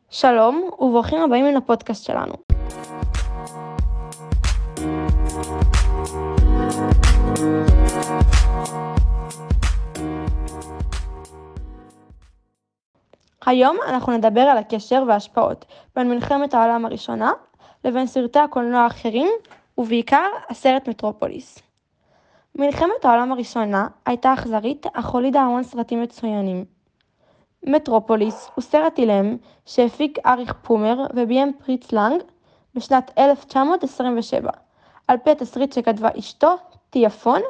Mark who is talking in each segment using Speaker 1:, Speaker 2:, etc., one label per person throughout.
Speaker 1: שלום וברוכים הבאים לפודקאסט שלנו. היום אנחנו נדבר על הקשר וההשפעות בין מלחמת העולם הראשונה לבין סרטי הקולנוע האחרים ובעיקר הסרט מטרופוליס. מלחמת העולם הראשונה הייתה אכזרית אך הולידה המון סרטים מצוינים. מטרופוליס הוא סרט אילם שהפיק אריך פומר וביים פריץ לנג בשנת 1927, על פי התסריט שכתבה אשתו טיה פון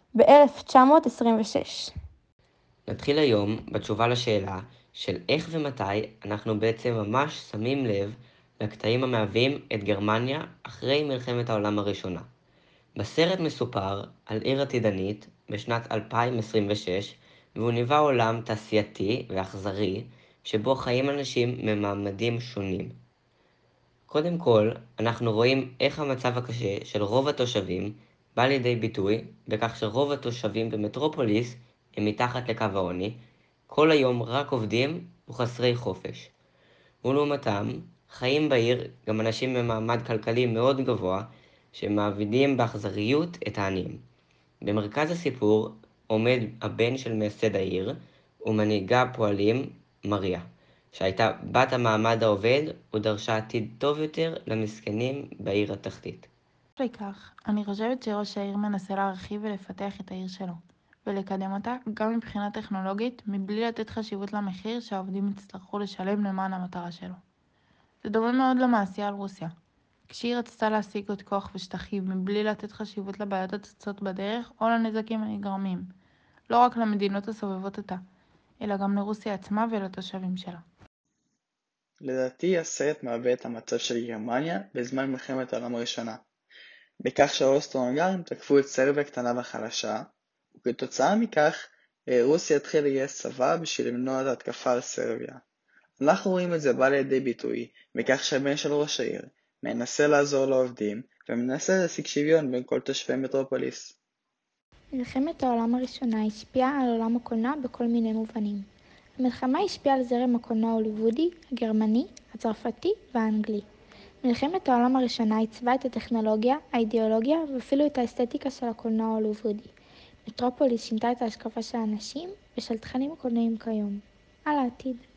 Speaker 1: ב-1926.
Speaker 2: נתחיל היום בתשובה לשאלה של איך ומתי אנחנו בעצם ממש שמים לב לקטעים המהווים את גרמניה אחרי מלחמת העולם הראשונה. בסרט מסופר על עיר עתידנית בשנת 2026, והוא ניבא עולם תעשייתי ואכזרי שבו חיים אנשים ממעמדים שונים. קודם כל, אנחנו רואים איך המצב הקשה של רוב התושבים בא לידי ביטוי בכך שרוב התושבים במטרופוליס הם מתחת לקו העוני, כל היום רק עובדים וחסרי חופש. ולעומתם, חיים בעיר גם אנשים במעמד כלכלי מאוד גבוה שמעבידים באכזריות את העניים. במרכז הסיפור עומד הבן של מייסד העיר ומנהיגה הפועלים מריה, שהייתה בת המעמד העובד ודרשה עתיד טוב יותר למסכנים בעיר התחתית.
Speaker 3: לכך, אני חושבת שראש העיר מנסה להרחיב ולפתח את העיר שלו, ולקדם אותה גם מבחינה טכנולוגית, מבלי לתת חשיבות למחיר שהעובדים יצטרכו לשלם למען המטרה שלו. זה דומה מאוד למעשייה על רוסיה, כשהיא רצתה להשיג עוד כוח ושטחים מבלי לתת חשיבות לבעיות הצצות בדרך או לנזקים הנגרמים, לא רק למדינות הסובבות אותה, אלא גם לרוסיה עצמה ולתושבים שלה.
Speaker 4: לדעתי הסרט מהווה את המצב של גרמניה בזמן מלחמת העולם הראשונה, בכך שהאוסטרו-הונגרים תקפו את סרביה קטנה וחלשה, וכתוצאה מכך רוסיה התחילה לגייס צבא בשביל למנוע את ההתקפה על סרביה. אנחנו רואים את זה בא לידי ביטוי בכך שהבן של ראש העיר מנסה לעזור לעובדים ומנסה להשיג שוויון בין כל תושבי מטרופוליס.
Speaker 5: מלחמת העולם הראשונה השפיעה על עולם הקולנוע בכל מיני מובנים. המלחמה השפיעה על זרם הקולנוע ההוליוודי, הגרמני, הצרפתי והאנגלי. מלחמת העולם הראשונה עיצבה את הטכנולוגיה, האידיאולוגיה ואפילו את האסתטיקה של הקולנוע ההוליוודי. מטרופוליס שינתה את ההשקפה של האנשים ושל תכנים קולנועיים כיום. על העתיד.